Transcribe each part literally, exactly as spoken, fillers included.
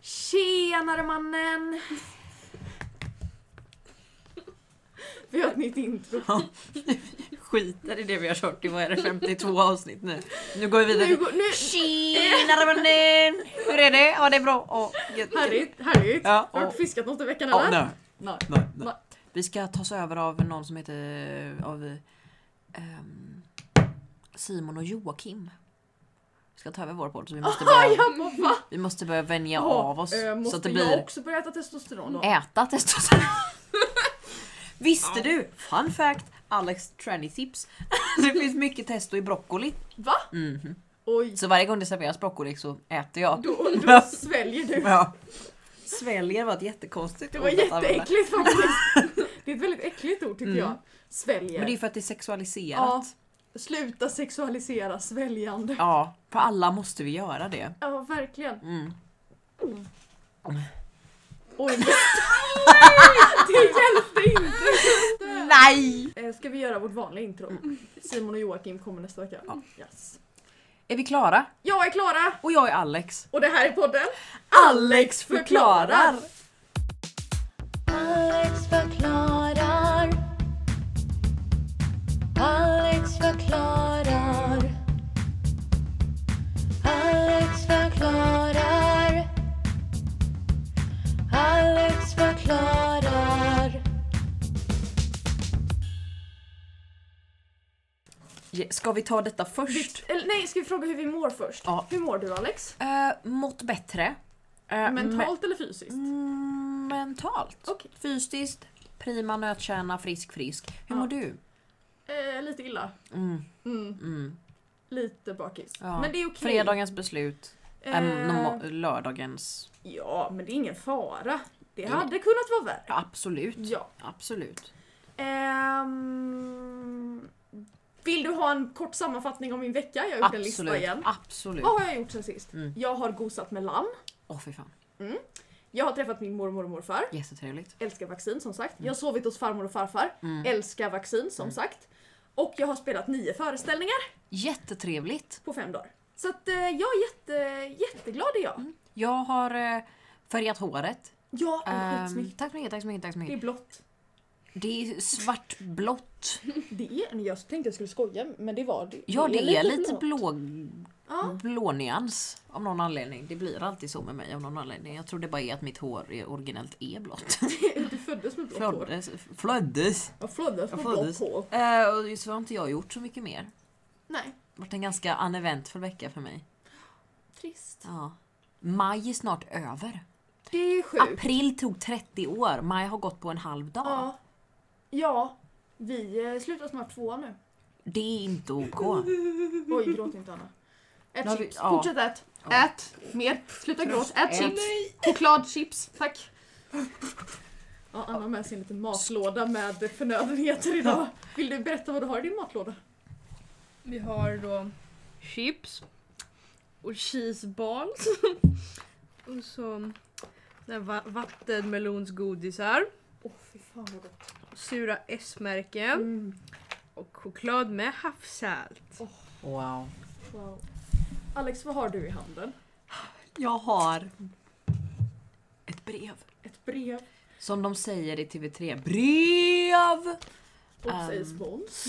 Tjenare mannen! Vi har ett nytt intro. Ja. Skiter i det vi har kört i, vad är det, femtiotvå avsnitt nu. Nu går vi vidare. Nu går, nu... Tjenare mannen! Hur är det? Ja, det är bra. Och, Härligt, härligt. Ja, har du och... fiskat något i veckan ja, eller? nej. Nej. Nej, nej. nej. Vi ska tas över av någon som heter av um, Simon och Joakim. Vi ska ta över vår podd så vi måste börja, ja, vi måste börja vänja oh, av oss. Äh, måste så att det jag blir också börja äta testosteron då? Äta testosteron. Visste ja. du? Fun fact. Alex tranny tips. Det finns mycket testo i broccoli. Va? Mm-hmm. Oj. Så varje gång det serveras broccoli så äter jag. Då, då sväljer du. Ja. Sväljer var ett jättekonstigt Det var jätteäckligt faktiskt. Det är ett väldigt äckligt ord tycker mm. jag. Sväljer. Men det är för att det är sexualiserat. Ja. Sluta sexualisera sväljande. Ja, för alla måste vi göra det. Ja, verkligen. Mm. Mm. Oj, det hjälpte inte. Nej! Ska vi göra vårt vanliga intro? Mm. Simon och Joakim kommer nästa vecka. Ja. Yes. Är vi klara? Jag är Klara. Och jag är Alex. Och det här är podden Alex förklarar. Alex förklarar. Alex förklarar. Alex förklarar. Alex förklarar. Ska vi ta detta först? Vi, eller, nej, ska vi fråga hur vi mår först? Ja. Hur mår du, Alex? Uh, mått bättre. Uh, mentalt me- eller fysiskt? Mm, mentalt. Okay. Fysiskt, prima, nötkärna, frisk, frisk. Hur ja. mår du? Eh, lite illa. Mm. Mm. Mm. Lite bakis. Ja. Men det är okej. Fredagens beslut. Eh, Ähm, lördagens. Ja, men det är ingen fara. Det hade mm. kunnat vara värre. Absolut. Ja. Absolut. Um, vill du ha en kort sammanfattning om min vecka? Jag har gjort Absolut. en lista igen. Absolut. Vad har jag gjort sen sist? Mm. Jag har gosat med lamm. Åh, oh, fy fan. Mm. Jag har träffat min mormor och morfar. Jättetrevligt. Älskar vaccin som sagt. Mm. Jag har sovit hos farmor och farfar. Mm. Älskar vaccin som Mm. sagt. Och jag har spelat nio föreställningar. Jättetrevligt. På fem dagar. Så att eh, jag är jätte, jätteglad är jag. Mm. Jag har eh, färgat håret. Ja, det är Um, skitsnyggt. tack så mycket, tack så mycket, tack så Det är mycket. blått. Det är svartblått. Det är, jag tänkte jag skulle skoja, men det var det. Ja, det är lite blått. blå, Ja. blå nyans av någon anledning. Det blir alltid så med mig av någon anledning. Jag tror det bara är att mitt hår är originellt är blått. Du föddes med blått hår. Flöddes. Flöddes. Jag föddes med Jag blått föddes. hår. Eh, och så har inte jag gjort så mycket mer. Nej, Det har varit en ganska uneventfull vecka för mig. trist. Ja. Maj är snart över. Det är sjukt. April tog trettio år. Maj har gått på en halv dag. Ja. Ja, vi eh, slutar snart två nu. Det är inte ok. Oj, gråt inte Anna. Ät Nu har vi- chips. ja. Fortsätt ät. Ja. Ät mer. Sluta gråt. Ät Ät. chips. Chokladchips. Tack. Ja, Anna har med sin liten matlåda med förnödenheter idag. Vill du berätta vad du har i din matlåda? Vi har då chips och cheese balls och så va- vattenmelonsgodisar, Åh, oh, fy fan vad gott. sura S-märken Mm. och choklad med havssalt. Wow. Wow. Alex, vad har du i handen? Jag har ett brev. Ett brev. Som de säger i T V tre. Brev! Och Um. säger spons.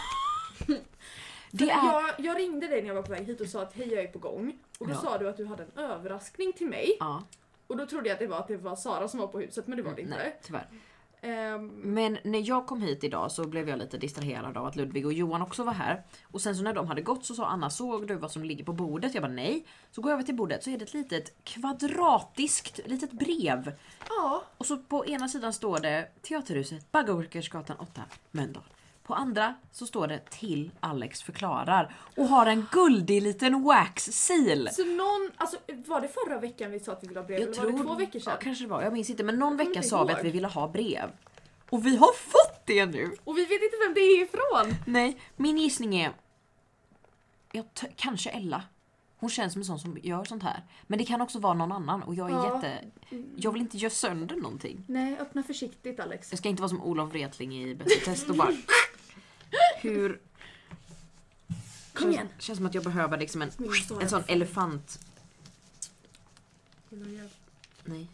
Det För är... jag, jag ringde dig när jag var på väg hit och sa att hej, jag är på gång. Och då Ja. sa du att du hade en överraskning till mig. Ja. Och då trodde jag att det var att det var Sara som var på huset, men det var det inte. Nej, tyvärr. Ehm, Men när jag kom hit idag så blev jag lite distraherad av att Ludvig och Johan också var här. Och sen så när de hade gått så sa Anna, såg du vad som ligger på bordet? Jag bara nej. Så går jag över till bordet så är det ett litet kvadratiskt litet brev. ja, Och så på ena sidan står det Teaterhuset, Baggeåkersgatan åtta, Mölndal. På andra så står det till Alex förklarar. Och har en guldig liten wax-seal. så någon, alltså var det förra veckan vi sa att vi ville ha brev? Jag eller var tror, det två veckor sedan? ja, kanske det var, jag minns inte. Men någon kommer vecka inte sa vi ihåg. att vi ville ha brev. Och vi har fått det nu. Och vi vet inte vem det är ifrån. Nej, min gissning är jag t- kanske Ella. Hon känns som en sån som gör sånt här. Men det kan också vara någon annan. Och jag är Ja. jätte... Jag vill inte göra sönder någonting. Nej, öppna försiktigt Alex. Jag ska inte vara som Olof Wretling i Bäst i test och bara... Hur... Kom igen. Känns som att jag behöver liksom en, Nu står en jag. sån elefant... Nej.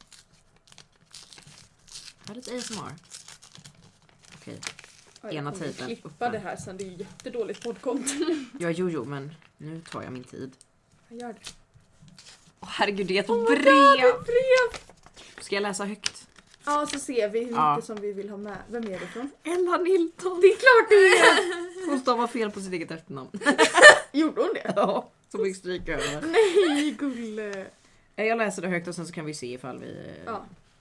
Här är lite A S M R. Okej. Ja, Ena jag kommer tiden klippa uppe. det här sen, det är ju jättedåligt poddcontent. Ja, jo, jo, men nu tar jag min tid. Jag gör det. Åh, herregud, det är ett Oh my brev! God, ett brev! Ska jag läsa högt? Ja, så ser vi hur Ja. mycket som vi vill ha med. Vem är det från? Ella Nilton! Det är klart det är! Hon stavar fel på sitt eget efternamn. Gjorde hon det? Ja, så fick stryka över. Nej, gulle. Jag läser det högt och sen så kan vi se ifall vi... Ja.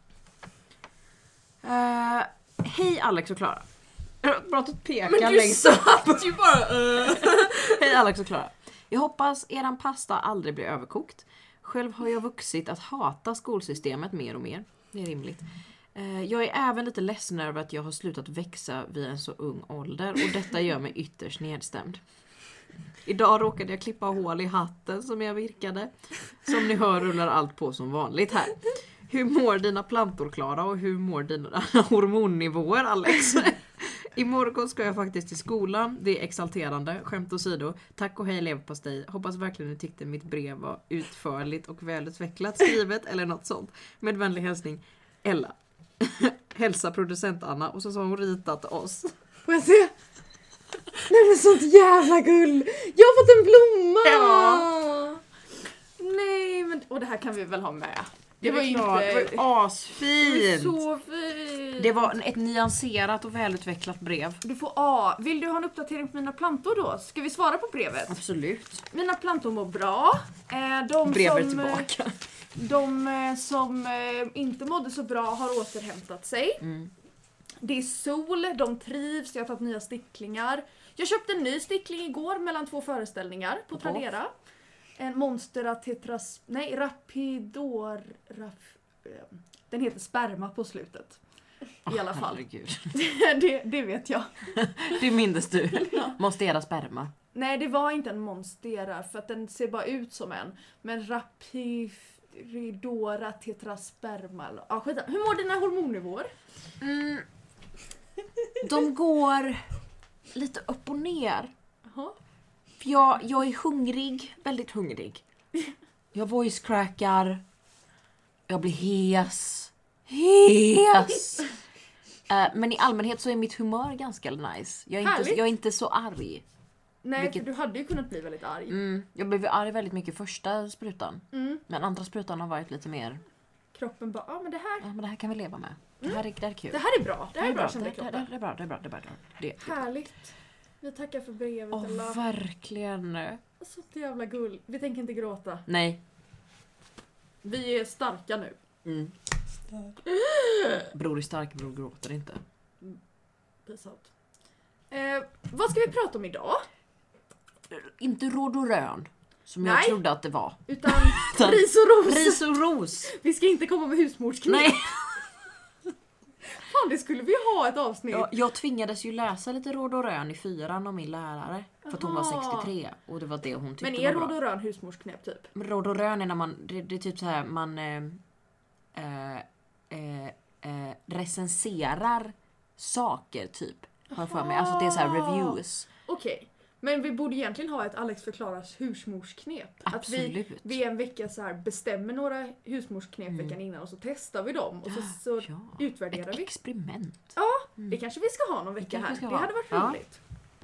Uh, hej Alex och Klara. Bra att peka Men du längst satt ju bara... Uh. Hej Alex och Klara. Jag hoppas eran pasta aldrig blir överkokt. Själv har jag vuxit att hata skolsystemet mer och mer. Det är rimligt. Uh, jag är även lite ledsen över att jag har slutat växa vid en så ung ålder. Och detta gör mig ytterst nedstämd. Idag råkade jag klippa hål i hatten som jag virkade. Som ni hör rullar allt på som vanligt här. Hur mår dina plantor, Klara, och hur mår dina hormonnivåer, Alex? Imorgon ska jag faktiskt till skolan. Det är exalterande, skämt åsido. Tack och hej leverpastej. Hoppas verkligen ni tyckte mitt brev var utförligt och välutvecklat skrivet eller något sånt. Med vänlig hälsning, Ella. Hälsa producent Anna. Och så har hon ritat oss. Får jag se? Nej men sånt jävla gull! Jag har fått en blomma! Ja. Nej men... Och det här kan vi väl ha med? Det, Det var ju klart, inte... det var asfint. så fint! Det var ett nyanserat och välutvecklat brev. Du får A. Vill du ha en uppdatering på mina plantor då? Ska vi svara på brevet? Absolut. Mina plantor mår bra. Eh, de Brevet som, eh, tillbaka. De eh, som eh, inte mådde så bra har återhämtat sig. Mm. Det är sol, de trivs, jag har tagit nya sticklingar. Jag köpte en ny stickling igår mellan två föreställningar på Tradera. En Monstera tetras... Nej, Rapidor... Rap, den heter Sperma på slutet. I alla fall. Herregud. det, det vet jag. Det minns du. Monstera sperma. Nej, det var inte en Monstera för att den ser bara ut som en. Men Rapidora tetrasperma. Ja, skit. Hur mår dina hormonnivåer? Mm. De går lite upp och ner. Jaha. För jag, jag är hungrig, väldigt hungrig. Jag voice-crackar. Jag blir hes. Hes! uh, men i allmänhet så är mitt humör ganska nice. Jag är, inte, Härligt. jag är inte så arg. Nej, Vilket- för du hade ju kunnat bli väldigt arg. Mm, jag blev arg väldigt mycket första sprutan. Mm. Men andra sprutan har varit lite mer... Kroppen bara, ja ah, men det här, Ja, men det här kan vi leva med. Det här är, det här är kul. det här är bra. Det här är bra, det, kände det, det, kroppen. det är bra, det är bra, det är bra. Det är bra. Härligt. Vi tackar för brevet. Åh, Ella. verkligen. Sånt jävla gull. Vi tänker inte gråta. Nej. Vi är starka nu. Mm. Bror är stark, bror gråter inte. Peace out. Eh, vad ska vi prata om idag? Inte råd och rön. Som jag Nej. trodde att det var. Utan ris och ros. Ris och ros. Vi ska inte komma med husmorsknep. Nej. Fan, det skulle vi ha ett avsnitt. Jag, jag tvingades ju läsa lite råd och rön i fyran av min lärare. För att hon var Aha. sextiotre. Och det var det hon tyckte Men är var råd bra. och rön husmorsknep typ? Men råd och rön är när man... Det, det är typ så här man... Eh, eh, eh, eh, recenserar saker typ. Har jag för mig. Alltså det är så här reviews. Okej. Men vi borde egentligen ha ett Alex förklaras husmorsknep. Att vi, Absolut. vi en vecka så här bestämmer några husmorsknep Mm. veckan innan och så testar vi dem. Och så, så Ja. utvärderar Ett vi. experiment. Det kanske vi ska ha någon vecka kanske här. vi ska Det ha. hade varit Ja. roligt.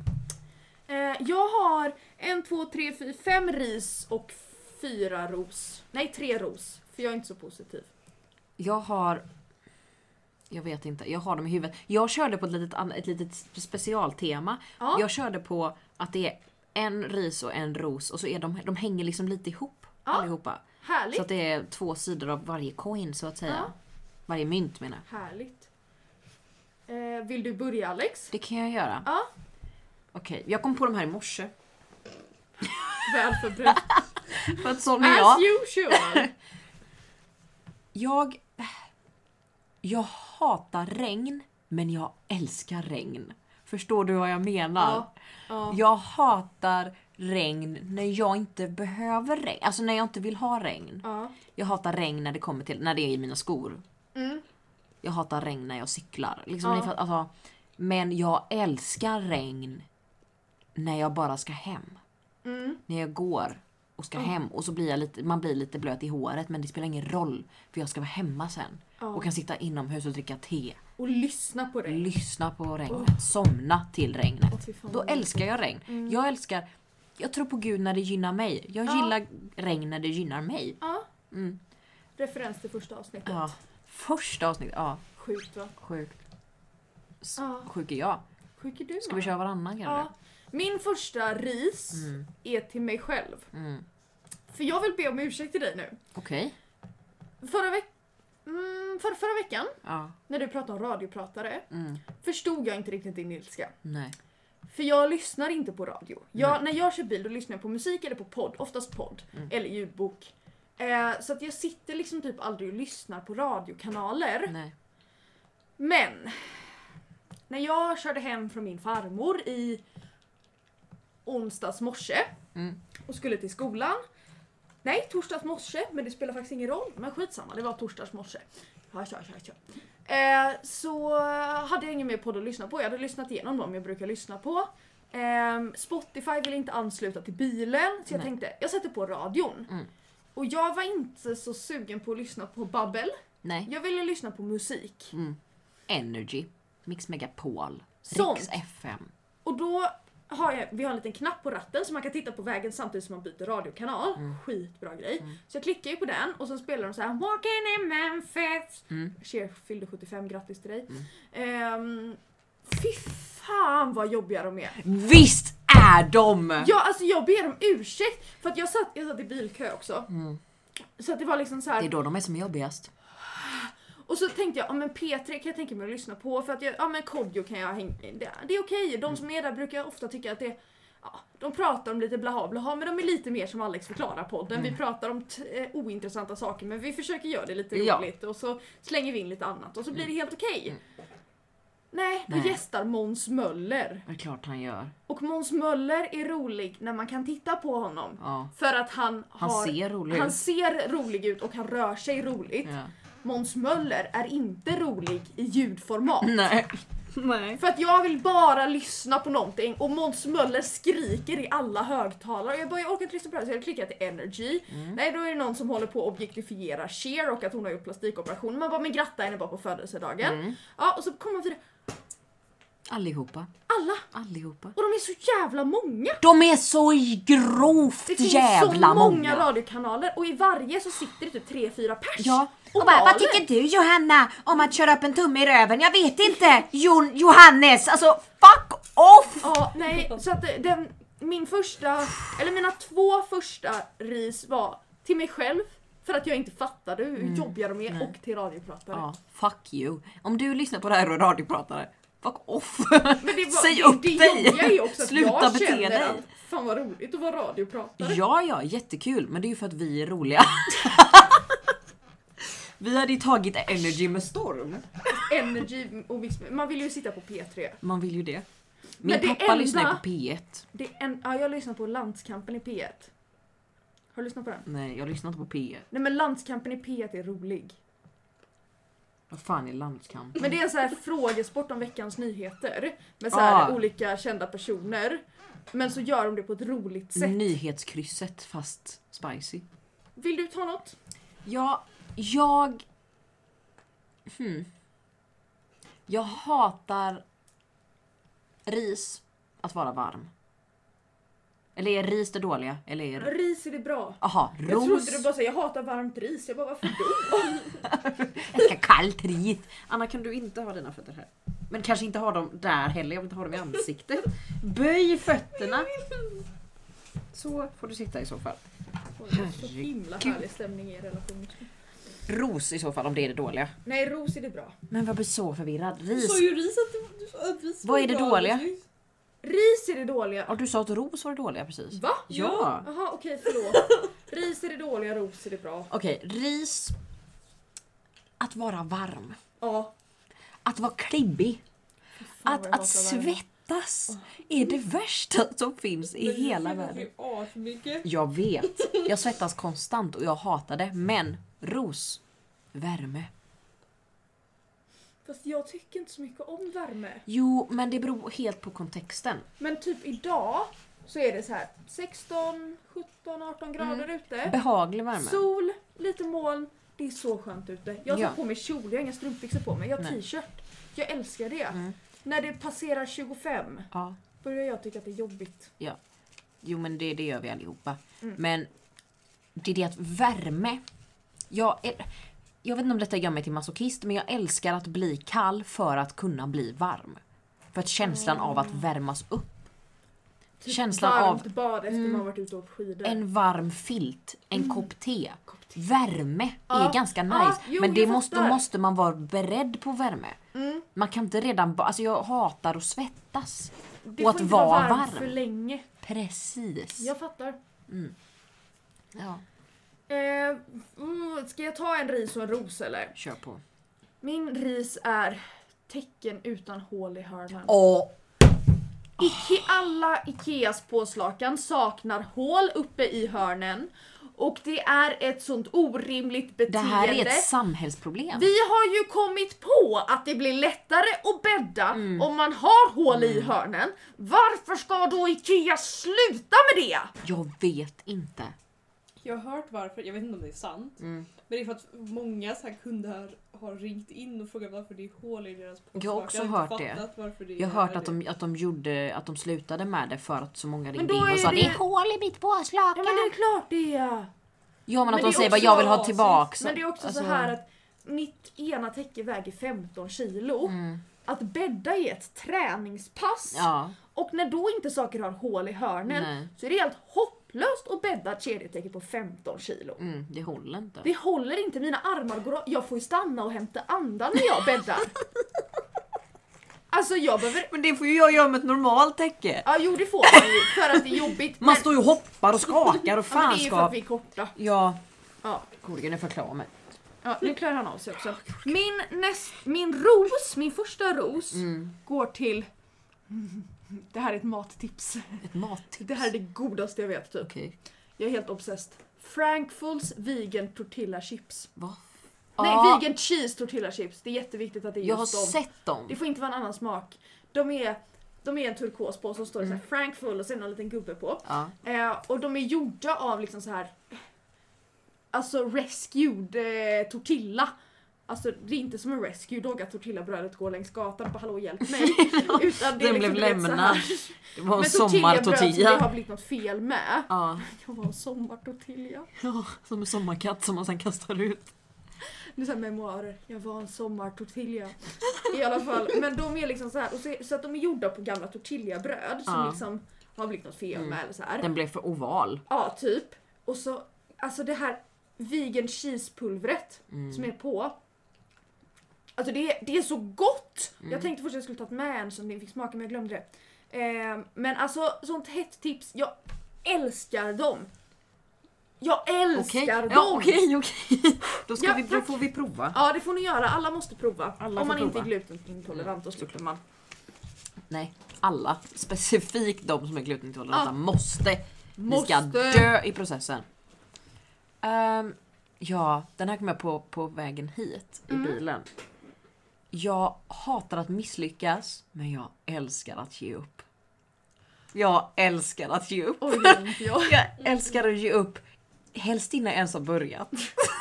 Eh, jag har en, två, tre, fyra, fem ris och fyra ros. Nej, tre ros. För jag är inte så positiv. Jag har... Jag vet inte. Jag har dem i huvudet. Jag körde på ett litet, an- ett litet specialtema. Ja. Jag körde på att det är en ris och en ros. Och så är de, de hänger liksom lite ihop. Ja. Allihopa. Härligt. Så att det är två sidor av varje coin så att säga. Ja. Varje mynt menar jag. Härligt. Eh, vill du börja Alex? Det kan jag göra. Ja. Okej, jag kom på de här i morse. Väl förberedd. För att sån är As jag. usual. Jag... Jag hatar regn, men jag älskar regn. Förstår du vad jag menar? Ja. Ja. Jag hatar regn när jag inte behöver regn. Alltså när jag inte vill ha regn. Ja. Jag hatar regn när det kommer till när det är i mina skor. Mm. Jag hatar regn när jag cyklar. Liksom, Ja. ni fatt- alltså, men jag älskar regn när jag bara ska hem. Mm. När jag går och ska Ja. hem och så blir jag lite, man blir lite blöt i håret, men det spelar ingen roll för jag ska vara hemma sen Ja. och kan sitta inomhus och dricka te, Och lyssna på det. lyssna på regnet, somna till regnet. Åh, fy fan, Då vad älskar jag regn. Mm. Jag älskar, jag tror på Gud när det gynnar mig. Jag Ja. gillar regn när det gynnar mig. Ja, Mm. referens till första avsnittet. Ja. Första avsnittet, ja. Sjukt va? Sjukt. S- Ja. Sjuk är jag. Sjuk är du Ska va? vi köra varannan kanske? Ja. Min första ris Mm. är till mig själv. Mm. För jag vill be om ursäkt till dig nu. Okej. Förra, veck- mm, för, förra veckan, Ja. när du pratade om radiopratare, Mm. förstod jag inte riktigt din ilska. Nej. För jag lyssnar inte på radio. Jag, Nej. när jag kör bil då lyssnar jag på musik eller på podd, oftast podd. Mm. Eller ljudbok. Eh, så att jag sitter liksom typ aldrig och lyssnar på radiokanaler. Nej. Men när jag körde hem från min farmor i onsdags morse Mm. och skulle till skolan. Nej, torsdags morse, men det spelar faktiskt ingen roll. Men skitsamma, det var torsdags morse. Ja, kör, kör, kör. Eh, så hade jag ingen mer podd att lyssna på. Jag hade lyssnat igenom dem jag brukar lyssna på. Eh, Spotify vill inte ansluta till bilen, så jag Nej. tänkte, jag sätter på radion. Mm. Och jag var inte så sugen på att lyssna på babbel. Nej. Jag ville lyssna på musik. Mm. Energy. Mix Megapol. Sånt. Riks F M. Och då har jag, vi har en liten knapp på ratten så man kan titta på vägen samtidigt som man byter radiokanal. Mm. Skitbra grej. Mm. Så jag klickar ju på den och så spelar de så här Walking in Memphis. Mm. Cher fyllde sjuttiofem, grattis till dig. Mm. Ehm, fy fan vad jobbiga de är. Visst är de! Ja, alltså jag ber om ursäkt för att jag satt, jag satt i bilkö också. Mm. Så att det var liksom så här. Det är då de är som jobbigast. Och så tänkte jag, ja men P tre kan jag tänka mig att lyssna på för att jag, ja men Kodjo kan jag hänga, det, det är okej. De som är där brukar ofta tycka att det, ja, de pratar om lite blaha blaha, men de är lite mer som Alex förklarar podden. Mm. Vi pratar om t- eh, ointressanta saker, men vi försöker göra det lite Ja. roligt och så slänger vi in lite annat och så blir det helt okej. Mm. Nej, då Nej. gästar Måns Möller. Det är klart han gör. Och Måns Möller är rolig när man kan titta på honom. Ja. För att han, Han har, ser rolig han ut. ser rolig ut och han rör sig roligt. Ja. Måns Möller är inte rolig i ljudformat. Nej. Nej. För att jag vill bara lyssna på någonting och Måns Möller skriker i alla högtalare. Jag bara, jag orkar inte lyssna på det här så jag klickar till Energy. Mm. Nej, då är det någon som håller på att objektifiera Cher och att hon har gjort plastikoperation. Man bara, men gratta henne bara på födelsedagen. Mm. Ja, och så kommer man vidare. Allihopa. Alla. Allihopa. Och de är så jävla många. De är så grovt Det finns jävla så många, många. radiokanaler och i varje så sitter det typ tre fyra pers. Ja. Och Och bara, vad maler. tycker du Johanna om att köra upp en tumme i röven? Jag vet inte. Jon, Johannes, alltså fuck off! Ja, nej, så att den, min första, eller mina två första ris var till mig själv för att jag inte fattade hur Mm. jobbiga de är Nej. och till radiopratare. Ja, fuck you. Om du lyssnar på det här och är radiopratare, fuck off. Men det var, Säg det, upp det dig. jobbiga är ju också att Sluta jag bete känner dig. att fan vad roligt att vara radiopratare. Ja, ja, jättekul. Men det är ju för att vi är roliga. Vi hade ju tagit Energy med storm. Energy och mix, man vill ju sitta på P tre. Man vill ju det. Men Min det pappa enda- lyssnar ju på P ett. Det är en, ja, jag lyssnar på Landskampen i P ett. Har du lyssnat på den? Nej, jag lyssnar inte på P ett. Nej men Landskampen i P ett är rolig. Vad fan är landskamp? Men det är en så här frågesport om veckans nyheter. Med så här Ah. olika kända personer. Men så gör de det på ett roligt sätt. Nyhetskrysset fast spicy. Vill du ta något? Ja, jag... Hmm. Jag hatar ris att vara varm. Eller är ris det dåliga? Eller är det... Ris är det bra. Aha, Jag trodde ros. du bara säger jag hatar varmt ris. Jag bara varför då? Jag ska kallt ris. Anna, kan du inte ha dina fötter här? Men kanske inte ha dem där heller. Jag vill inte ha dem i ansiktet. Böj fötterna. Så får du sitta i så fall. Oj, det är så himla härlig stämning i er relation. Ros i så fall om det är det dåliga. Nej, ros är det bra. Men vad blir så förvirrad? Du Ris. sa ju ris att, du, du sa att ris Vad var är det bra dåliga? alldeles nyss. Ris är det dåliga. Ja, du sa att ros var det dåliga precis. Va? Ja. Jaha, okej förlåt. Ris är det dåliga, ros är det bra. Okej, ris. Att vara varm. Ja. Att vara klibbig. Fan, vad Att, jag att hatar värme. svettas är det värsta som finns i Men det hela svettas världen. ju asmycket. Jag vet. Jag svettas konstant och jag hatar det. Men ros. Värme. Fast jag tycker inte så mycket om värme. Jo, men det beror helt på kontexten. Men typ idag så är det så här sexton, sjutton, arton grader Mm. ute. Behaglig värme. Sol, lite moln. Det är så skönt ute. Jag tar Ja. på mig kjol, jag har inga strumpbyxor på mig. Jag har Nej. t-shirt. Jag älskar det. Mm. När det passerar tjugofem Ja. börjar jag tycka att det är jobbigt. Jo men det, det gör vi allihopa. Mm. Men det är det att värme. Jag, äl- jag vet inte om detta gör mig till masochist, men jag älskar att bli kall för att kunna bli varm. För att känslan av att värmas upp. Typ Känslan varmt av bad efter Mm. man har varit ute och åkt skidor. en varm filt, en kopp te. Värme Ja. är ganska nice. Ja, jo, men det jag måste, då fattar. måste man vara beredd på värme. Mm. Man kan inte redan bara, alltså jag hatar att svettas. Det och får att inte vara vara varmt varm. för länge. Precis. Jag fattar. Ja, Eh, mm, ska jag ta en ris och en ros eller? kör på. Min ris är tecken utan hål i hörnen. Åh, Ike, alla Ikeas påslakan saknar hål uppe i hörnen. Och det är ett sånt orimligt det beteende. här är ett samhällsproblem. Vi har ju kommit på att det blir lättare att bädda Mm. om man har hål i hörnen. Varför ska då Ikea sluta med det? Jag vet inte. Jag har hört varför, jag vet inte om det är sant. Mm. Men det är för att många så här kunder har ringt in och frågat varför det är hål i deras påslag. Jag har också inte hört det. fattat varför det Jag har hört är att de, att de gjorde att de slutade med det för att så många ringde då in är och sa det- det är hål i mitt påslakan. Ja men det är klart det är. Ja men att Men de det är säger bara också jag vill ha asigt. tillbaks. Men det är också Alltså, så här att mitt ena täcke väger femton kilo. Mm. Att bädda är ett träningspass. Ja, Och när då inte saker har hål i hörnen nej. så är det helt hopplöst att bädda ett kedjetäcke på femton kilo. Mm, det håller inte. Det håller inte, mina armar går av. Jag får ju stanna och hämta andan när jag bäddar. Alltså jag behöver... Men det får ju jag göra med ett normalt täcke. Ja jo det får man ju för att det är jobbigt. Man men... står ju och hoppar och skakar och Ja, men det är ju för att fanskap. vi är korta. Ja, Ja. Gode, nu får jag klara mig. Ja, nu klär han av sig också. Min, näst, min ros, min första ros, Mm. går till... Det här är ett mattips. Ett mattips. Det här är det godaste jag vet typ. Okej. Jag är helt obsessed. Frankfuls vegan tortilla chips. Va? Nej, Ja, vegan cheese tortilla chips. Det är jätteviktigt att det är jag har just dem. sett dem. Det får inte vara en annan smak. De är, de är en turkos på och så står det Mm. så här Frankful och sen en liten gubbe på. Ja. Eh, och de är gjorda av liksom så här, alltså rescued eh, tortilla. Alltså det är inte som en rescue dog att tortillabrödet går längs gatan på hallå hjälp mig. Utan det är Den blev liksom, du vet, så lämnad. här. Det var en Men tortillabröd som det sommartortilla. har blivit något fel med. Ja. Jag var en sommartortilla. Ja, som en sommarkatt som man sen kastar ut. Det är så här memoarer. Jag var en sommartortilla. I alla fall. Men de är liksom så här. Och så, så att de är gjorda på gamla tortillabröd som Ja. liksom har blivit något fel Mm. med eller så här. Den blev för oval. Ja, typ. Och så, alltså det här vegan cheesepulvret Mm. som är på. Alltså det är, det är så gott! Mm. Jag tänkte först att jag skulle ta med en så ni fick smaka men jag glömde det. Eh, men alltså sånt hett tips. Jag älskar dem. Jag älskar Okej, dem! ja, okej, okej. Då, ska Ja, vi, då tack. får vi prova. Ja, det får ni göra. Alla måste prova. Alla Om får man inte är prova. glutenintolerant och slipper man. Nej, alla. Specifikt de som är glutenintoleranta Ja. måste. Ni ska Måste. dö i processen. Ehm, ja, den här kom jag på på vägen hit i Mm. bilen. Jag hatar att misslyckas, men jag älskar att ge upp. Jag älskar att ge upp. Oj, det är inte jag. Jag älskar att ge upp. Helst innan jag ens har börjat.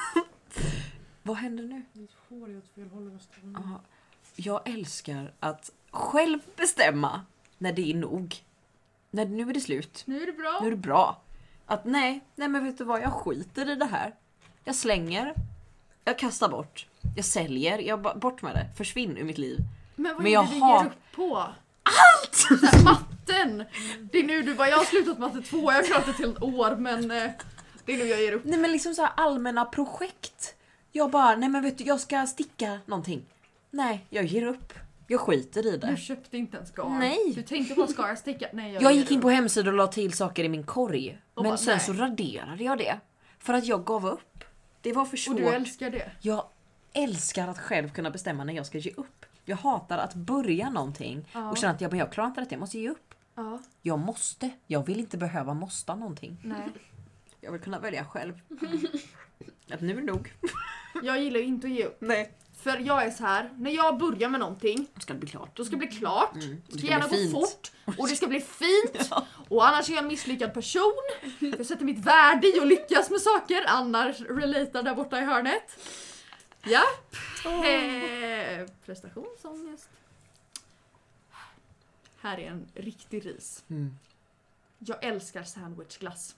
Vad händer nu? Mitt hår är åt fel håll nästan. Ja, jag älskar att själv bestämma när det är nog. När nu är det slut. Nu är det bra. Nu är det bra. Att nej, nej men vet du vad, jag skiter i det här. Jag slänger. Jag kastar bort. Jag säljer. Jag bara, bort med det. Försvinn ur mitt liv. Men vad Men är jag det du har- ger upp på? Allt! Så här, matten! Det är nu du bara, jag har slutat matte två, jag har klarat ett helt år men eh, det är nu jag ger upp. Nej men liksom så här allmänna projekt. Jag bara, nej men vet du, jag ska sticka någonting. Nej, jag ger upp. Jag skiter i Du det. köpte inte en skar. Nej. Du tänkte på en skar, sticka. Nej, jag, Jag ger gick in upp. på hemsidan och la till saker i min korg. Och Men bara, sen nej. så raderade jag det. För att jag gav upp. Det var för svårt. Och du älskar det. Jag älskar att själv kunna bestämma när jag ska ge upp. Jag hatar att börja någonting Ja. och känna att jag, men jag klarar inte det, jag måste ge upp. Ja, Jag måste. Jag vill inte behöva måsta någonting. nej. Jag vill kunna välja själv. Att nu är det nog. Jag gillar ju inte att ge upp. Nej. För jag är så här, när jag börjar med någonting, Då ska det bli klart. då ska det bli klart. Mm. Det Det ska ska gärna bli gå fint. fort. Och det ska bli fint. Ja. Och annars är jag en misslyckad person. Jag sätter mitt värde i att lyckas med saker. Annars relatar där borta i hörnet. Ja. Eh, prestationsångest. Här är en riktig ris. Mm. Jag älskar sandwichglass.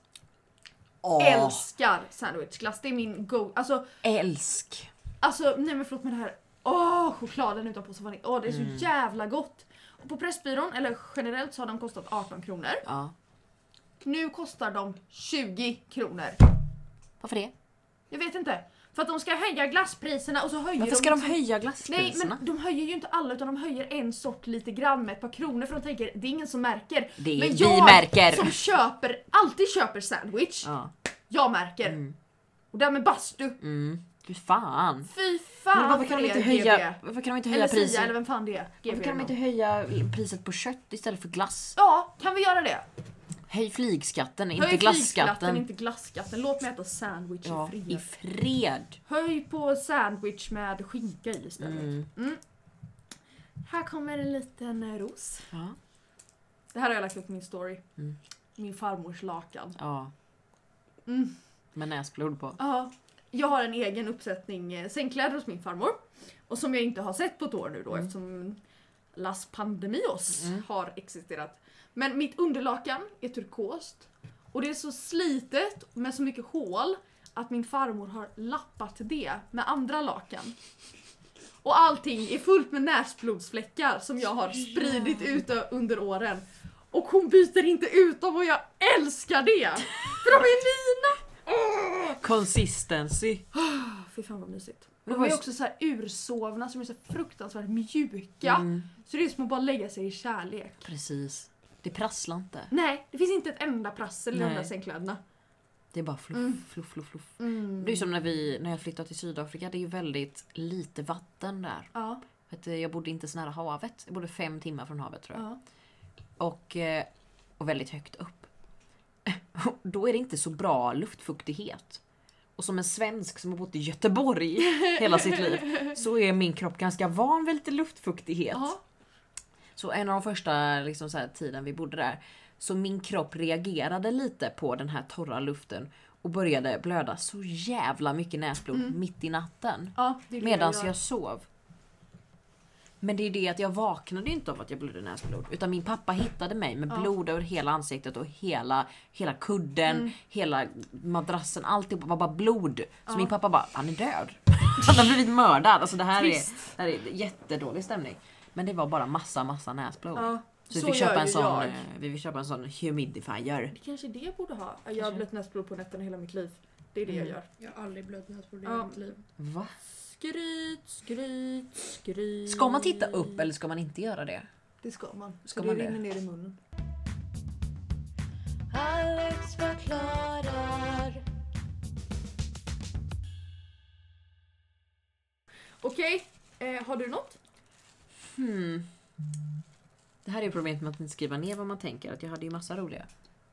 Åh, Älskar sandwichglass. Det är min go. Alltså, älsk. alltså nej men förlåt med det här. Åh, chokladen utanpå så vanligt. Åh, det är så Mm. jävla gott. Och på Pressbyrån, eller generellt, så har de kostat arton kronor. Ja. Nu kostar de tjugo kronor. Varför det? Jag vet inte. För att de ska höja glasspriserna och så höjer Varför de... ska de liksom- höja Nej, glasspriserna? men de höjer ju inte alla utan de höjer en sort lite grann med ett par kronor för de tänker det är ingen som märker. Det är Men vi jag märker. som köper, alltid köper sandwich, Ja. jag märker. Mm. Och därmed bastu. Mm. Fy fan. Fy fan Men varför för kan de er, inte G B. höja, varför kan de inte höja Eller Sia, priset? eller vem fan det är. G B Varför kan de är inte nog. höja priset på kött istället för glass? Ja, kan vi göra det? Höj flygskatten, inte Höj flygskatten, glasskatten. inte glasskatten. Låt mig äta sandwich Ja, i fred. i fred. Höj på sandwich med skinka i istället. Mm. Mm. Här kommer en liten ros. Ja. Det här har jag lagt upp på min story. Mm. Min farmors lakan. Ja. Mm. Med näsblod på. Ja, jag har en egen uppsättning eh, sängkläder hos min farmor. Och som jag inte har sett på ett år nu då Mm. eftersom Las Pandemios Mm. har existerat. Men mitt underlakan är turkost. Och det är så slitet med så mycket hål att min farmor har lappat det med andra lakan. Och allting är fullt med näsblodsfläckar som jag har spridit ut ö- under åren. Och hon byter inte ut dem och jag älskar det! För de är mina! Consistency. Fy fan vad mysigt. Men det De var är ju- också så här ursovna som är så fruktansvärt mjuka. Mm, Så det är som att bara lägga sig i kärlek. precis. Det prasslar inte. Nej, det finns inte ett enda prassel i de Nej. där sängkläderna. Det är bara fluff, Mm. fluff, fluff, fluff. Mm. Det är ju som när, vi, när jag flyttade till Sydafrika. Det är ju väldigt lite vatten där. Ja, För att, eh, jag bodde inte så nära havet. Jag bodde fem timmar från havet tror jag. ja. Och, eh, och väldigt högt upp. Då är det inte så bra luftfuktighet. Och som en svensk som har bott i Göteborg hela sitt liv så är min kropp ganska van vid lite luftfuktighet. Ja. Så en av de första liksom, så här, tiden vi bodde där så min kropp reagerade lite på den här torra luften och började blöda så jävla mycket näsblod Mm. mitt i natten. Ja, det är det Medan gör. jag sov. Men det är det att jag vaknade inte av att jag blödde näsblod. Utan min pappa hittade mig med Ja. blod över hela ansiktet och hela, hela kudden, Mm. hela madrassen. Alltihop var bara blod. Så Ja. min pappa bara, han är död. Han har blivit mördad. Alltså det här, är, Trist. det här är jättedålig stämning. Men det var bara massa, massa näsblod. Ja, Så vi så fick, köpa gör en ju sån, jag. eh, vi fick köpa en sån humidifier. Det kanske är det jag borde ha. Jag har Kanske. blött näsblod på nätterna hela mitt liv. Det är det Mm. jag gör. Jag har aldrig blött näsblod i Ja. hela mitt liv. Va? Skryt, skryt, skryt. Ska man titta upp eller ska man inte göra det? Det ska man. Ska Ska man det det? rinner ner i munnen. Alex förklarar. Okej, eh, har du något? Hmm. Det här är ju problemet med att inte skriva ner vad man tänker. Att jag hade ju massa roliga.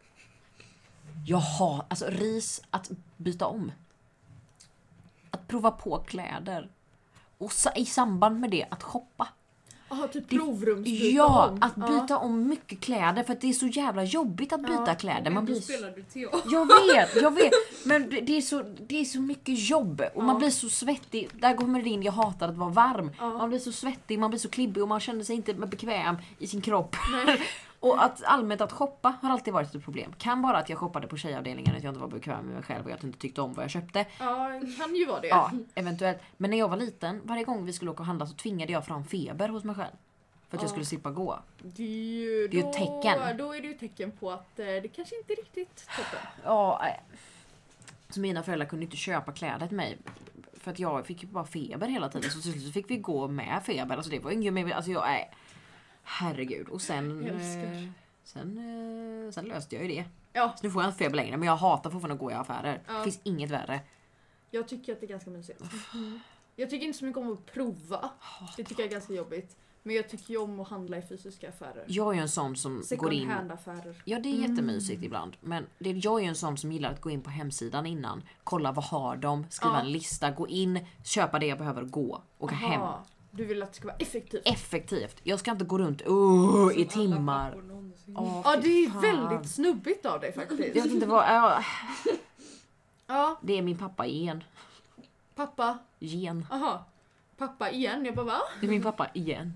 Jaha, alltså ris att byta om. Att prova på kläder. Och sa- i samband med det att shoppa. Jaha, typ Det- provrumsbyta Ja, om. att byta om mycket kläder. För att det är så jävla jobbigt att byta Ja, kläder. Man Ändå blir... spelar du teater. Jag vet, jag vet. Men det det är så, det är så mycket jobb. Och Ja. man blir så svettig. Där kommer det in, jag hatar att vara varm. Ja. Man blir så svettig, man blir så klibbig och man känner sig inte bekväm i sin kropp. Nej. Och att allmänt att shoppa har alltid varit ett problem. Kan vara att jag shoppade på tjejavdelningen, att jag inte var bekväm med mig själv och jag inte tyckte om vad jag köpte. Ja, kan ju vara det. Ja, eventuellt. Men när jag var liten, varje gång vi skulle åka och handla så tvingade jag fram feber hos mig själv. För att jag Ja. skulle slippa gå. Det är ju, Det är ju då, ett tecken. Då är det ju ett tecken på att eh, det kanske inte är riktigt toppen. Ja, nej. Så mina föräldrar kunde inte köpa kläder till mig. För att jag fick ju bara feber hela tiden. Så till slut så fick vi gå med feber. Alltså det var inget med, alltså jag, nej. Herregud. Och sen... Älskar. Eh, sen, eh, sen löste jag ju det. Ja, Så nu får jag inte feber längre. Men jag hatar fortfarande att gå i affärer. Ja. Det finns inget värre. jag tycker att det är ganska mysigt. Jag tycker inte så mycket om att prova. Det tycker jag är ganska jobbigt. Men jag tycker ju om att handla i fysiska affärer. Jag är ju en sån som går in... Second hand-affärer. Ja, det är jättemysigt ibland. Men det, jag är ju en sån som gillar att gå in på hemsidan innan. Kolla vad har de, skriva Ja. en lista, gå in, köpa det jag behöver, gå. Åka hem. Aha, du vill att det ska vara effektivt. Effektivt. Jag ska inte gå runt uh, i timmar. Åh, Ja, det är fan. väldigt snubbigt av dig faktiskt. Jag vet inte vad... ja, Ja, det är min pappa igen. pappa. Gen. Aha. Pappa igen. Jag bara va? Det är min pappa igen.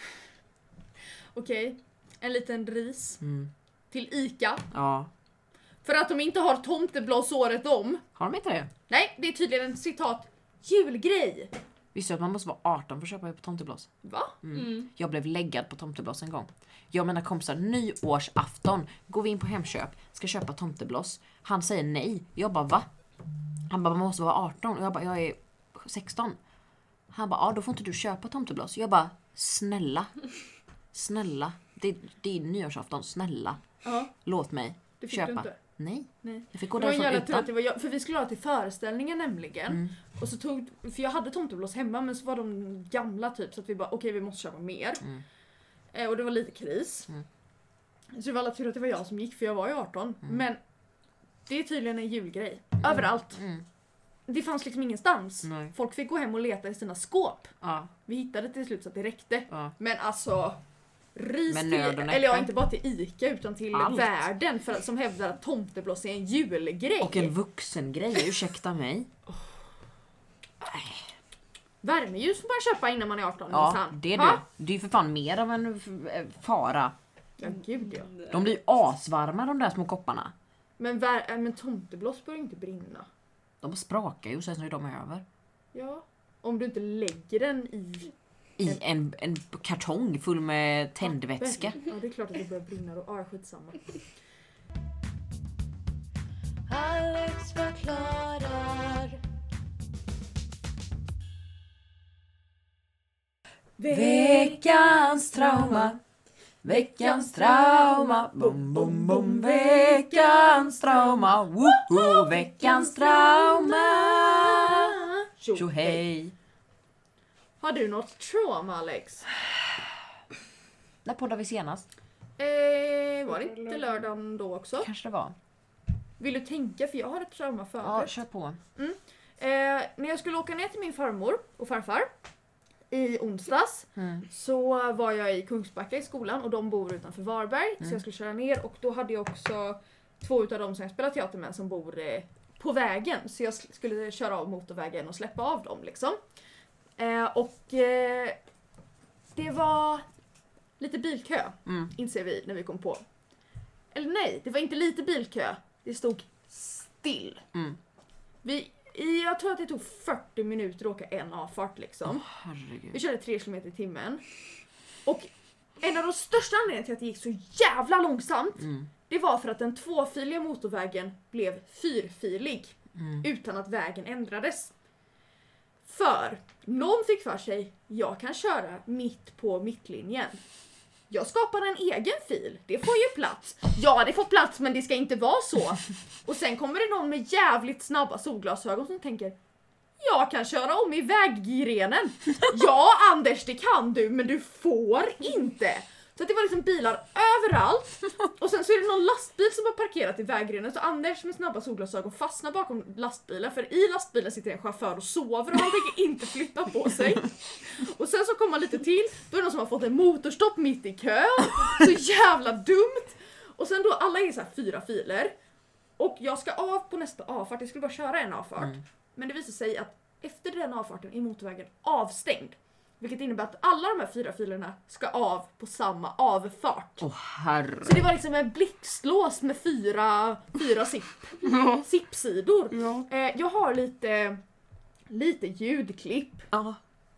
Okej. En liten ris. Mm. Till Ica. Ja. För att de inte har tomteblås året om. Har de inte det? Nej, det är tydligen en citat julgrej. Visste du att man måste vara arton för att köpa på tomteblås? Va? Mm. Jag blev läggad på tomteblås en gång. Jag och mina kompisar, nyårsafton, går vi in på Hemköp, ska köpa tomteblås. Han säger nej. Jag bara, va? Han bara, man måste vara arton. Och jag bara, jag är sexton. Han bara, ja då får inte du köpa tomteblås. Jag bara, snälla. Snälla. Det, det är nyårsafton, snälla. Ja, Låt mig det fick köpa. du inte. Nej. Nej. Jag fick gå Det var en därifrån jävla tur att utan. det var jag, för vi skulle ha till föreställningen nämligen. Mm. Och så tog, för jag hade tomteblås hemma men så var de gamla typ så att vi bara okej vi måste köpa mer. Mm. Eh, och det var lite kris. Mm. Så det var alla tur att det var jag som gick för jag var ju arton. Mm. Men det är tydligen en julgrej. Överallt. Mm. Det fanns liksom ingenstans. Nej. Folk fick gå hem och leta i sina skåp. Ja. Vi hittade till slut så att det räckte. Ja. Men alltså ris Med till, nöd och näppe. eller ja, inte bara till Ica utan till Allt. världen för att, som hävdar att tomteblås är en julgrej. Och en vuxengrej, ursäkta mig. Värmeljus får man köpa innan man är arton. Ja, minsann. det är Ha? du. Det är ju för fan mer av en f- fara. Ja, gud ja. De blir ju asvarma de där små kopparna. Men, vär, äh, men tomteblås bör inte brinna. De sprakar ju och sen så är de över. Ja. Om du inte lägger den i I en, en kartong full med tändvätska. papper. Ja, det är klart att det börjar brinna då. Ja, skitsamma. Alex förklarar. Veckans trauma. Veckans trauma. Bom, bom, bom. Veckans trauma. Woho, veckans trauma. Tjo hej. Har du något trauma, Alex? När poddade vi senast? Eh, var det inte lördagen då också? Kanske det var. Vill du tänka? För jag har ett trauma Ja, förut. kör på. Eh, när jag skulle åka ner till min farmor och farfar i onsdags Mm. så var jag i Kungsbacka i skolan och de bor utanför Varberg Mm. så jag skulle köra ner och då hade jag också två utav dem som jag spelar teater med som bor eh, på vägen så jag sk- skulle köra av motorvägen och släppa av dem liksom. Eh, och eh, det var lite bilkö Mm. inser vi när vi kom på. Eller nej, det var inte lite bilkö. Det stod still. Mm. Vi, i- jag tror att det tog fyrtio minuter att åka en avfart liksom. Herregud. Vi körde tre kilometer i timmen. Och en av de största anledningarna till att det gick så jävla långsamt Mm. det var för att den tvåfiliga motorvägen blev fyrfilig Mm. utan att vägen ändrades. För någon fick för sig, jag kan köra mitt på mittlinjen. Jag skapar en egen fil, det får ju plats. Ja, det får plats men det ska inte vara så. Och sen kommer det någon med jävligt snabba solglasögon som tänker, jag kan köra om i väggrenen. Ja, Anders, det kan du, men du får inte. Så att det var liksom bilar överallt. Och sen så är det någon lastbil som har parkerat i vägrenen. Så Anders med snabba solglasögon fastnar bakom lastbilen. För i lastbilen sitter en chaufför och sover och han tänker inte flytta på sig. Och sen så kommer man lite till. Då är det någon som har fått en motorstopp mitt i kön. Så jävla dumt. Och sen då, alla är så här fyra filer. Och jag ska av på nästa avfart. Jag skulle bara köra en avfart. Mm. Men det visar sig att efter den avfarten är motorvägen avstängd. Vilket innebär att alla de här fyra filerna ska av på samma avfart. Åh herre. Så det var liksom en blixtlås med fyra, fyra sipp, sippsidor. Ja. Eh, jag har lite, lite ljudklipp Ja.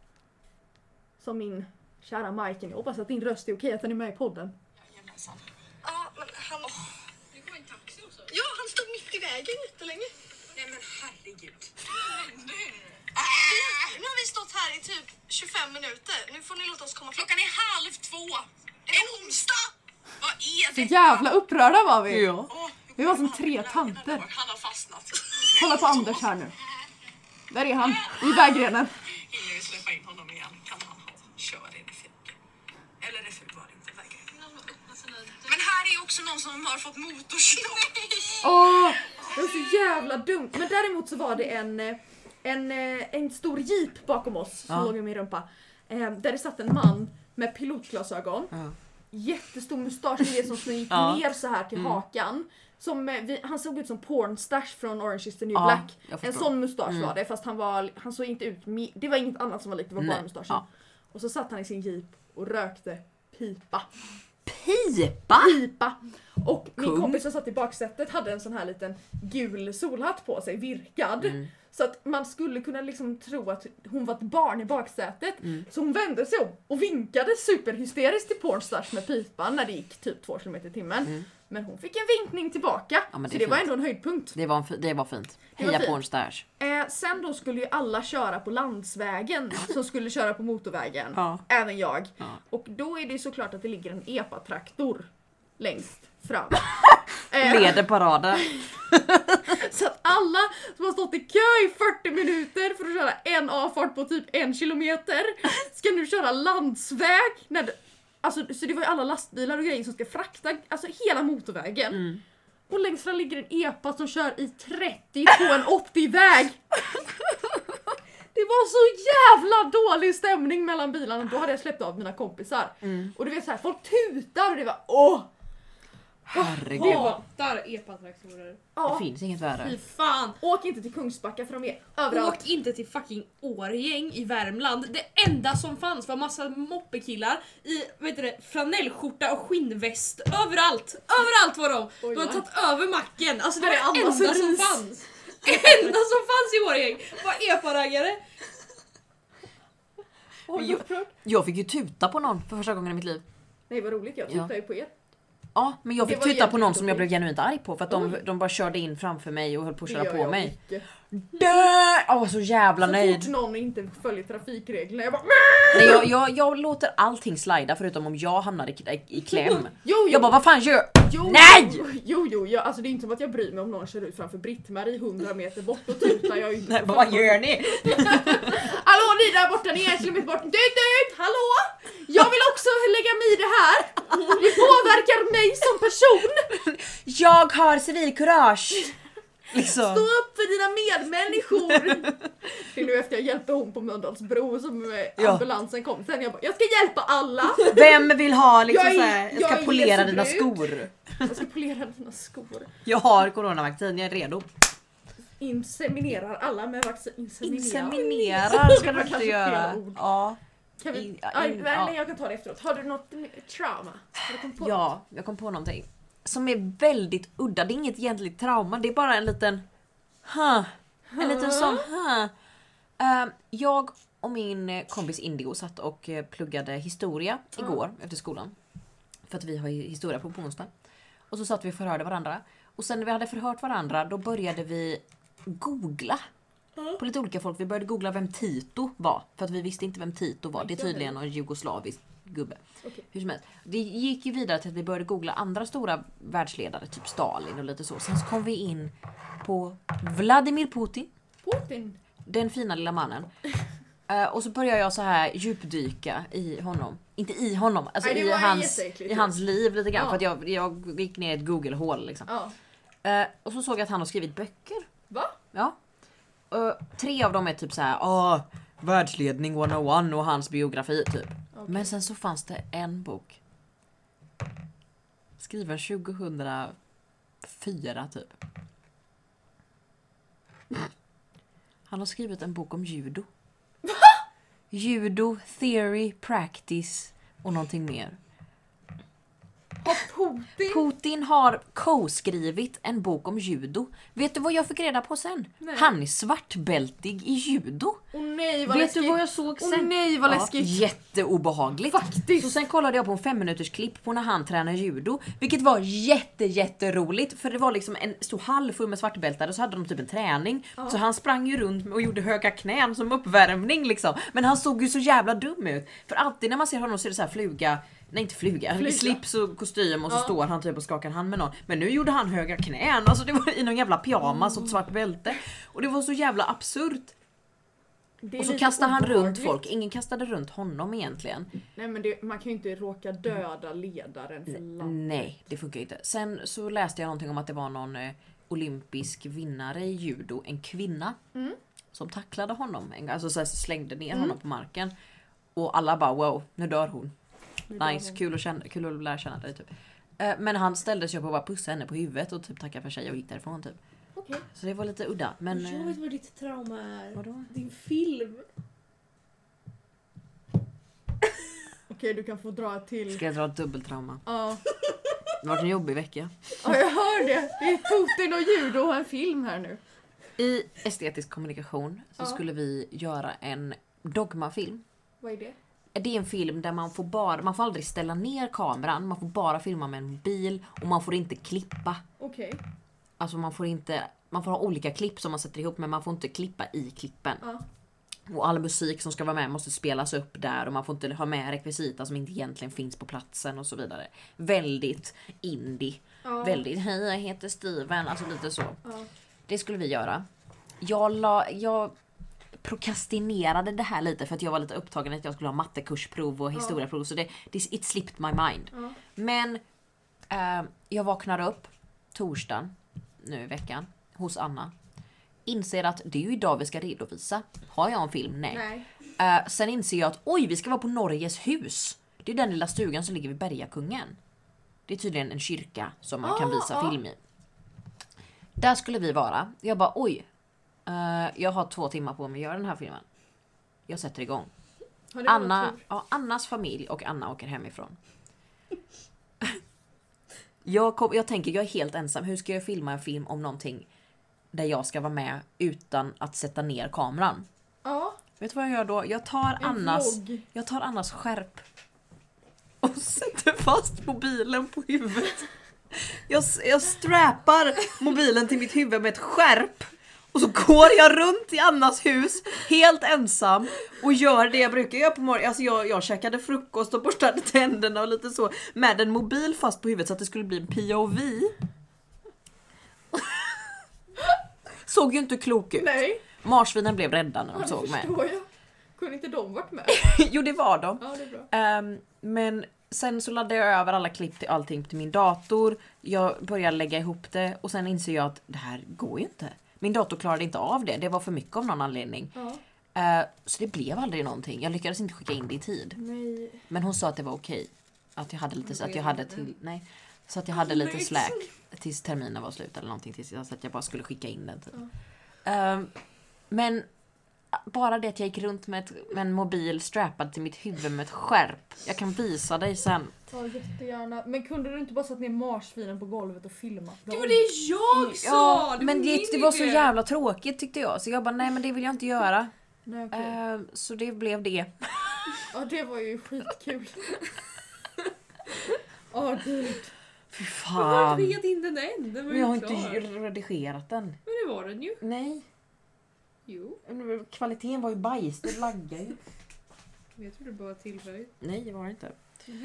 som min kära Majken. Jag hoppas att din röst är okej, att den är med i podden. Ja, men han... Det går en taxi också. Ja, han stod mitt i vägen jättelänge. Nej, men herregud. Vi, nu har vi stått här i typ tjugofem minuter. Nu får ni låta oss komma. Klockan är halv två. En onsdag. Vad är Så det? jävla upprörda var vi. Ja. Åh, Vi var som tre tanter. han har fastnat. Kolla på Anders här nu. Där är han, i vägrenen. Hinner vi släppa in honom igen? Kan han ha? Kör in i fiken. också någon som har fått motorsnopp. Åh, det var så jävla dumt. Men däremot så var det en, en, en stor jeep bakom oss som Ja. låg i min rumpa. Eh, där det satt en man med pilotglasögon. Ja. Jättestor mustasch, det som gick Ja. ner så här till Mm. hakan. Som, eh, vi, han såg ut som pornstash från Orange is the New Ja, Black. jag En förstår. sån mustasch Mm. var det, fast han, var, han såg inte ut... Me- det var inget annat som var likt, det var bara Nej. mustaschen. Ja. Och så satt han i sin jeep och rökte pipa. Pipa? Pipa! Och min Kung. kompis som satt i baksätet hade en sån här liten gul solhatt på sig, virkad. Mm. Så att man skulle kunna liksom tro att hon var ett barn i baksätet. Mm. Så hon vände sig om och vinkade superhysteriskt till pornstars med pipan när det gick typ två kilometer i timmen. Mm. Men hon fick en vinkning tillbaka. Ja, men det så är det var fint. ändå en höjdpunkt. Det var, en fi- det var fint. Det var Heja fint. pornstars. Eh, sen då skulle ju alla köra på landsvägen som skulle köra på motorvägen. Ja. Även jag. Ja. Och då är det såklart att det ligger en epatraktor längst fram. Eh, Leder paraden. Så att alla som har stått i kö i fyrtio minuter för att köra en avfart på typ en kilometer ska nu köra landsväg. När det, alltså, så det var ju alla lastbilar och grejer som ska frakta alltså, hela motorvägen. Mm. Och längst fram ligger en epa som kör i trettio på en åttio-väg. Det var så jävla dålig stämning mellan bilarna. Då hade jag släppt av mina kompisar. Mm. Och du vet så här, folk tutar och det var åh! Herregud. Det var- Hatar epatraktorer. Det Ja, finns inget Fy värre. fan. åk inte till Kungsbacka för de är överallt. Åk inte till fucking Årgäng i Värmland. Det enda som fanns var massa moppekillar i vet du det, flanellskjorta och skinnväst. Överallt! Överallt var de! Oj, De har va? tagit över macken. Alltså det Här var är det Annas enda som ris. fanns. Det enda som fanns i Årgäng var epa-raggare. Oj, Jo. upprörd. Jag fick ju tuta på någon för första gången i mitt liv. Nej vad roligt, jag Ja. tuttar ju på er. Ja, men jag Det fick var tuta på någon egentligen som jag blev okej. genuint arg på för att de, Oj. de bara körde in framför mig och höll på att Det köra gör på jag mig. mycket. Dö! Jag var så jävla Så nöjd. fort någon inte följer trafikreglerna, jag bara Nej, jag, jag, jag låter allting slida förutom om jag hamnar i, i kläm. Jo, jo, Jag bara, vad fan gör jo, Nej! Jo, jo, jo jag, alltså det är inte som att jag bryr mig om någon kör ut framför Britt-Marie hundra meter bort och tutar jag ju inte. Nej, vad gör ni? Hallå ni där borta, ni är en kilometer bort. Dut, dut, hallå! Jag vill också lägga mig i det här. Det påverkar mig som person. Jag har civilkurage. Liksom. Stå upp för dina medmänniskor. Det är nu efter jag hjälpte hon på Mölndalsbro som eh, Ja. ambulansen kom. Sen jag bara, jag ska hjälpa alla. Vem vill ha liksom Jag är- såhär, jag jag ska är polera Jesu dina brud. skor. Jag ska polera dina skor. Jag har coronavaccin, jag är redo. Inseminerar alla med vaccin. Inseminera. Inseminerar ska Det du var inte kanske göra. fel ord. Ja. Kan vi, In- ja, aj, in- nej, ja. nej, jag kan ta det efteråt. Har du något trauma? Har du kommit på något? ja, jag kom på någonting. Som är väldigt udda, det är inget egentligt trauma, det är bara en liten huh. En liten sån huh. Uh, jag och min eh, kompis Indigo satt och eh, pluggade historia igår efter skolan. För att vi har ju historia på onsdag. Och så satt vi och förhörde varandra. Och sen när vi hade förhört varandra då började vi googla. På lite olika folk. Vi började googla vem Tito var. För att vi visste inte vem Tito var. Det är tydligen någon jugoslavisk gubbe. Okej. Hur som helst. Det gick ju vidare till att vi började googla andra stora världsledare. Typ Stalin och lite så. Sen så kom vi in på Vladimir Putin. Putin. Den fina lilla mannen. Uh, och så började jag så här djupdyka i honom. Inte i honom, alltså Nej, det i, var hans, jätteäckligt. i hans liv lite grann. Ja. För att jag, jag gick ner i ett Google-hål liksom. Ja. Uh, och så såg jag att han har skrivit böcker. Va? Ja. Uh, tre av dem är typ så här, åh, världsledning etthundraett och hans biografi typ. Okej. Men sen så fanns det en bok. Skriven tjugohundrafyra typ. Han har skrivit en bok om judo. Judo, theory, practice och någonting mer. Har Putin? Putin har co-skrivit en bok om judo. Vet du vad jag fick reda på sen? Nej. Han är svartbältig i judo. Åh nej vad Vet läskigt. du vad jag såg Åh sen? nej vad Ja, läskigt. jätteobehagligt. Faktiskt. Så sen kollade jag på en fem minuters klipp på när han tränar judo. Vilket var jätte jätteroligt. För det var liksom en stor hall full med svartbältare. Så hade de typ en träning. Ja. Så han sprang ju runt och gjorde höga knän som uppvärmning liksom. Men han såg ju så jävla dum ut. För alltid när man ser honom så är det så här fluga. Nej inte fluga, Fluga. slips och kostym och så Ja. står han typ och skakar hand med någon. Men nu gjorde han höga knän. Alltså det var i någon jävla pyjamas och ett svart bälte. Och det var så jävla absurt. Det är Och så lite kastar han runt obehagligt. folk. Ingen kastade runt honom egentligen. Nej men det, man kan ju inte råka döda ledaren för landet. Nej, det funkar inte. Sen så läste jag någonting om att det var någon eh, olympisk vinnare i judo, en kvinna, Mm. som tacklade honom. En- Alltså så här, slängde ner honom på marken. Och alla bara wow, nu dör hon. Nu dör Nice, hon. kul att, känna, kul att lära känna dig typ. Eh, Men han ställde sig upp och bara pussade henne på huvudet och typ tackade för sig och gick därifrån typ. Okej. Så det var lite udda. Men Jag eh, vet vad ditt trauma är. vadå? Din film. Okej, du kan få dra ett till. Ska jag dra ett dubbeltrauma? Ja. Det var en jobbig vecka. Ja, jag hör det. Det är Putin och judo och en film här nu. I estetisk kommunikation så Ja. skulle vi göra en dogmafilm. Vad är det? Det är en film där man får bara, man får aldrig ställa ner kameran, man får bara filma med en mobil och man får inte klippa. Okej. Alltså man får inte, man får ha olika klipp som man sätter ihop men man får inte klippa i klippen. Ja. Och all musik som ska vara med måste spelas upp där och man får inte ha med rekvisita som inte egentligen finns på platsen och så vidare. Väldigt indie. Ja. Väldigt, hej jag heter Steven, alltså lite så. Ja. Det skulle vi göra. Jag, la, jag prokrastinerade det här lite för att jag var lite upptagen att jag skulle ha mattekurssprov och historieprov så det, det it slipped my mind. Ja. Men eh, jag vaknar upp torsdagen nu i veckan hos Anna. Inser att det är ju idag vi ska redovisa. Har jag en film? Nej. Nej. Eh, sen inser jag att oj, vi ska vara på Norges hus. Det är den lilla stugan som ligger vid Bergakungen. Det är tydligen en kyrka som man kan Ah, visa ah. film i. Där skulle vi vara. Jag bara oj. eh, jag har två timmar på mig att göra den här filmen. Jag sätter igång. Har det varit Anna, tur? ja, Annas familj och Anna åker hemifrån. jag, kom, jag tänker, jag är helt ensam. Hur ska jag filma en film om någonting där jag ska vara med utan att sätta ner kameran? Ja. Vet du vad jag gör då? Jag tar En Annas, vlogg. jag tar Annas skärp och sätter fast mobilen på huvudet. Jag, jag strappar mobilen till mitt huvud med ett skärp. Och så går jag runt i Annas hus helt ensam och gör det jag brukar göra på morgonen. Alltså jag, jag käkade frukost och borstade tänderna och lite så. Med en mobil fast på huvudet så att det skulle bli en P O V. Såg ju inte klok ut. Nej. Marsvinen blev rädda när de Ja, såg det mig. förstår jag. Kunde inte de varit med? Jo, det var de. Ja, det är bra. Ehm, men sen så laddade jag över alla klipp till allting till min dator. Jag började lägga ihop det och sen inser jag att det här går ju inte. Min dator klarade inte av det. Det var för mycket av någon anledning. Ja. Ehm, så det blev aldrig någonting. Jag lyckades inte skicka in det i tid. Nej. Men hon sa att det var okej. Att jag hade lite så att jag hade till nej, så att jag hade lite slack tills terminen var slut eller någonting tills jag, så att jag bara skulle skicka in den. Typ. Ehm, men bara det att jag gick runt med, ett, med en mobil strappad till mitt huvud med ett skärp. Jag kan visa dig sen. Ja, jättegärna. Men kunde du inte bara satt ner marsvinen på golvet och filmat dem? Det var det jag sa! Ja, det men var det, min det var så idé. jävla tråkigt tyckte jag. Så jag bara, nej men det vill jag inte göra. Nej, okej. Ehm, så det blev det. Ja, det var ju skitkul. Åh, gud. Fy Jag har fan. inte skickat in den än, den var Men jag har ju inte klar. redigerat den. Men det var den ju. Nej. Jo, Kvaliteten var ju bajs, det laggar ju. jag tror det bara var tillfälligt. Nej, det var det inte.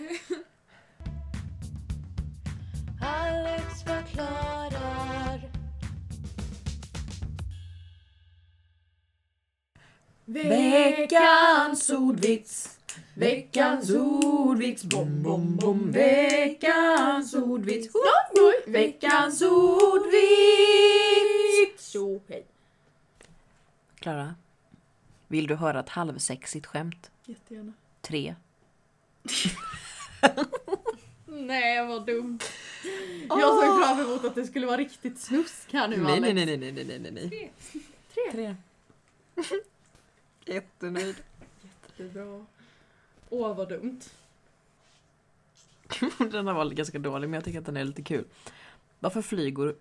Alex förklarar. Veckans ordvits. Veckans ordvits. Bom, bom, bom. Veckans ordvits. Veckans ordvits. Så, hej. Klara, vill du höra ett halvsexigt skämt? Jättegärna. Tre. Nej, vad dumt. Jag såg fram emot att det skulle vara riktigt snusk här nu, Nej, Alex. nej, nej, nej, nej, nej, nej, nej. Tre. Tre. Jättenöjd. Jättebra. Åh, vad dumt. Den här var ganska dålig, men jag tycker att den är lite kul. Varför flyger...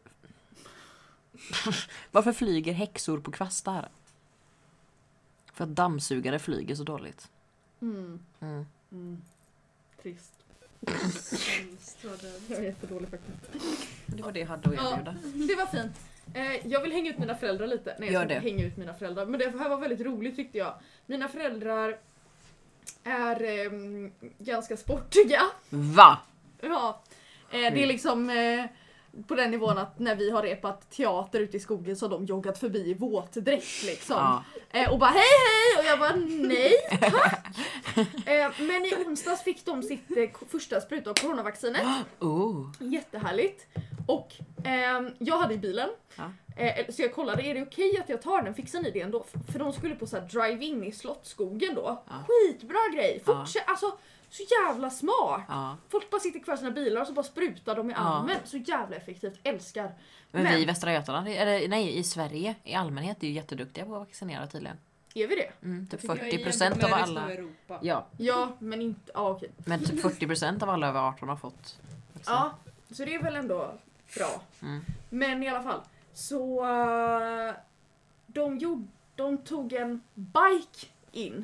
Varför flyger häxor på kvastar? För att dammsugare flyger så dåligt. Mm. Mm. Mm. Trist. Sämst var den. Jag är jättedålig faktiskt. Det var det jag hade att Ja, erbjuda. det var fint. Eh, jag vill hänga ut mina föräldrar lite. Nej, jag Gör ska inte det. hänga ut mina föräldrar. Men det här var väldigt roligt tyckte jag. Mina föräldrar är ehm, ganska sportiga. Va? Ja. Eh, det är liksom... Eh, på den nivån att när vi har repat teater ute i skogen så har de joggat förbi i våtdräkt liksom. Ja. Eh, och bara hej hej! Och jag bara nej tack! eh, men i onsdags fick de sitt eh, första spruta av coronavaccinet. Oh. Jättehärligt. Och eh, jag hade i bilen. Ja. Eh, så jag kollade, är det okej att jag tar den? Fixar ni det ändå? För de skulle på så här drive-in i Slottsskogen då. Ja. Skitbra grej! Ja. Fortsätt, alltså så jävla smart! Ja. Folk bara sitter kvar i sina bilar och så bara sprutar de i Ja. armen. Så jävla effektivt, älskar. Men, Men- vi i Västra Götaland, eller nej i Sverige i allmänhet är ju jätteduktiga på att vaccinera tydligen. Är vi det? Mm, typ Tycker jag är fyrtio procent av jämfört med resten alla. av Europa. Ja, Ja, men inte, ja okej. men typ fyrtio procent av alla över arton har fått vaccin. Ja, så det är väl ändå bra. Mm. Men i alla fall, så uh, de, gjorde, de tog en bike in.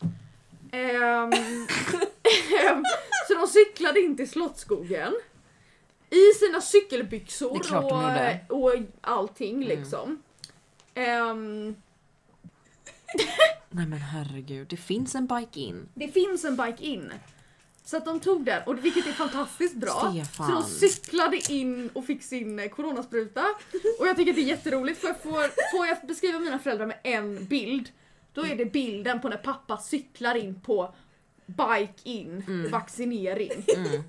Ehm, ehm, så de cyklade in till Slottsskogen i sina cykelbyxor Det är klart de gjorde. och, och allting Mm. liksom. Ehm, Nej men herregud, det finns en bike in. det finns en bike in. Så att de tog den, och vilket är fantastiskt bra. Stefan. Så de cyklade in och fick sin eh, coronaspruta. Och jag tycker att det är jätteroligt, för jag får, får jag beskriva mina föräldrar med en bild, då är det bilden på när pappa cyklar in på bike in, Mm. vaccinering. Mm.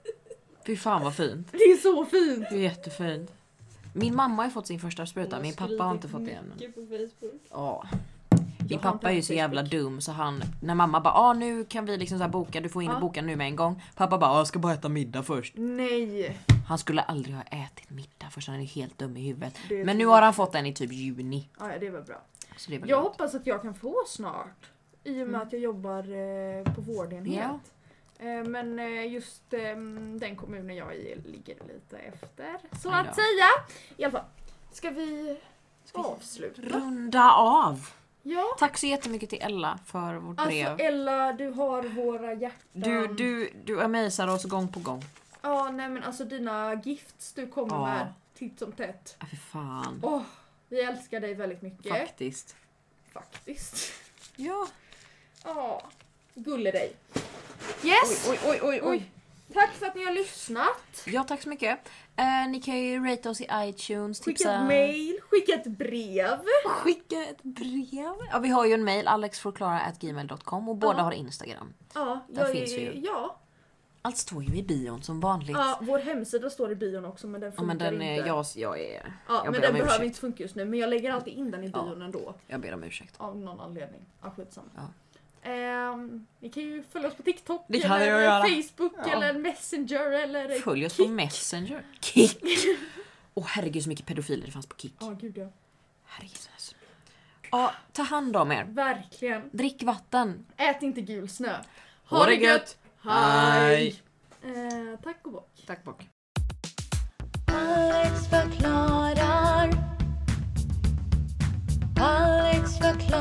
Fy fan vad fint. Det är så fint! Det är jättefint. Min mamma har fått sin första spruta, min pappa har inte fått det än. Mycket på Facebook. Ja. Jag Min har pappa är ju inte så jävla Facebook. dum så han, när mamma bara ah, nu kan vi liksom så här boka, du får in och Ja. boka nu med en gång. Pappa bara ah, jag ska bara äta middag först. Nej. Han skulle aldrig ha ätit middag först, han är helt dum i huvudet. Det är Men nu typ- har han fått den i typ juni. Ja, det var bra. Så det är väl Jag lugnt. hoppas att jag kan få snart. I och med Mm. att jag jobbar eh, på vårdenhet. Eh, men eh, just eh, den kommunen jag är i ligger lite efter. Så Aj då. att säga. I alla fall. Ska vi avsluta? Runda av! Ja. Tack så jättemycket till Ella för vårt brev. Alltså Ella, du har våra hjärtan. Du, du, du amazar oss gång på gång. Ja, nej men alltså dina gifts du kommer Ja. med titt som tätt. Ja, för fan. Åh, vi älskar dig väldigt mycket. Faktiskt. Faktiskt. Ja. Ja, gulle dig. Yes! Oj, oj, oj, Oj. Tack för att ni har lyssnat. Ja, tack så mycket. Eh, ni kan ju rate oss i iTunes. Skicka tipsa. ett mail, skicka ett brev. Skicka ett brev. Ja, vi har ju en mail, alexforklara at gmail dot com, och båda Ja. har Instagram. Ja, Där jag finns är, vi ju. Ja, Allt står ju i bion som vanligt. ja, vår hemsida står i bion också, men den Ja, funkar men den inte. är, jag, jag är... ja, jag men ber den om behöver ursäkt. inte funka just nu, men jag lägger alltid in den i Ja. bion ändå. Jag ber om ursäkt. Av någon anledning. Ja, skitsamma. Ja. Ehm, ni kan ju följa oss på TikTok Det kan eller ni göra. Facebook Ja. eller Messenger eller Följ oss Kik. på Messenger. Kick! Åh herregud så mycket pedofiler det fanns på Kick. Ja, gud ja. Herregud. Ja, ta hand om er. Verkligen. Drick vatten. Ät inte gul snö. Ha det gött. Hej! Eh, tack och bock. Tack bock. Alex förklarar. Alex förklarar.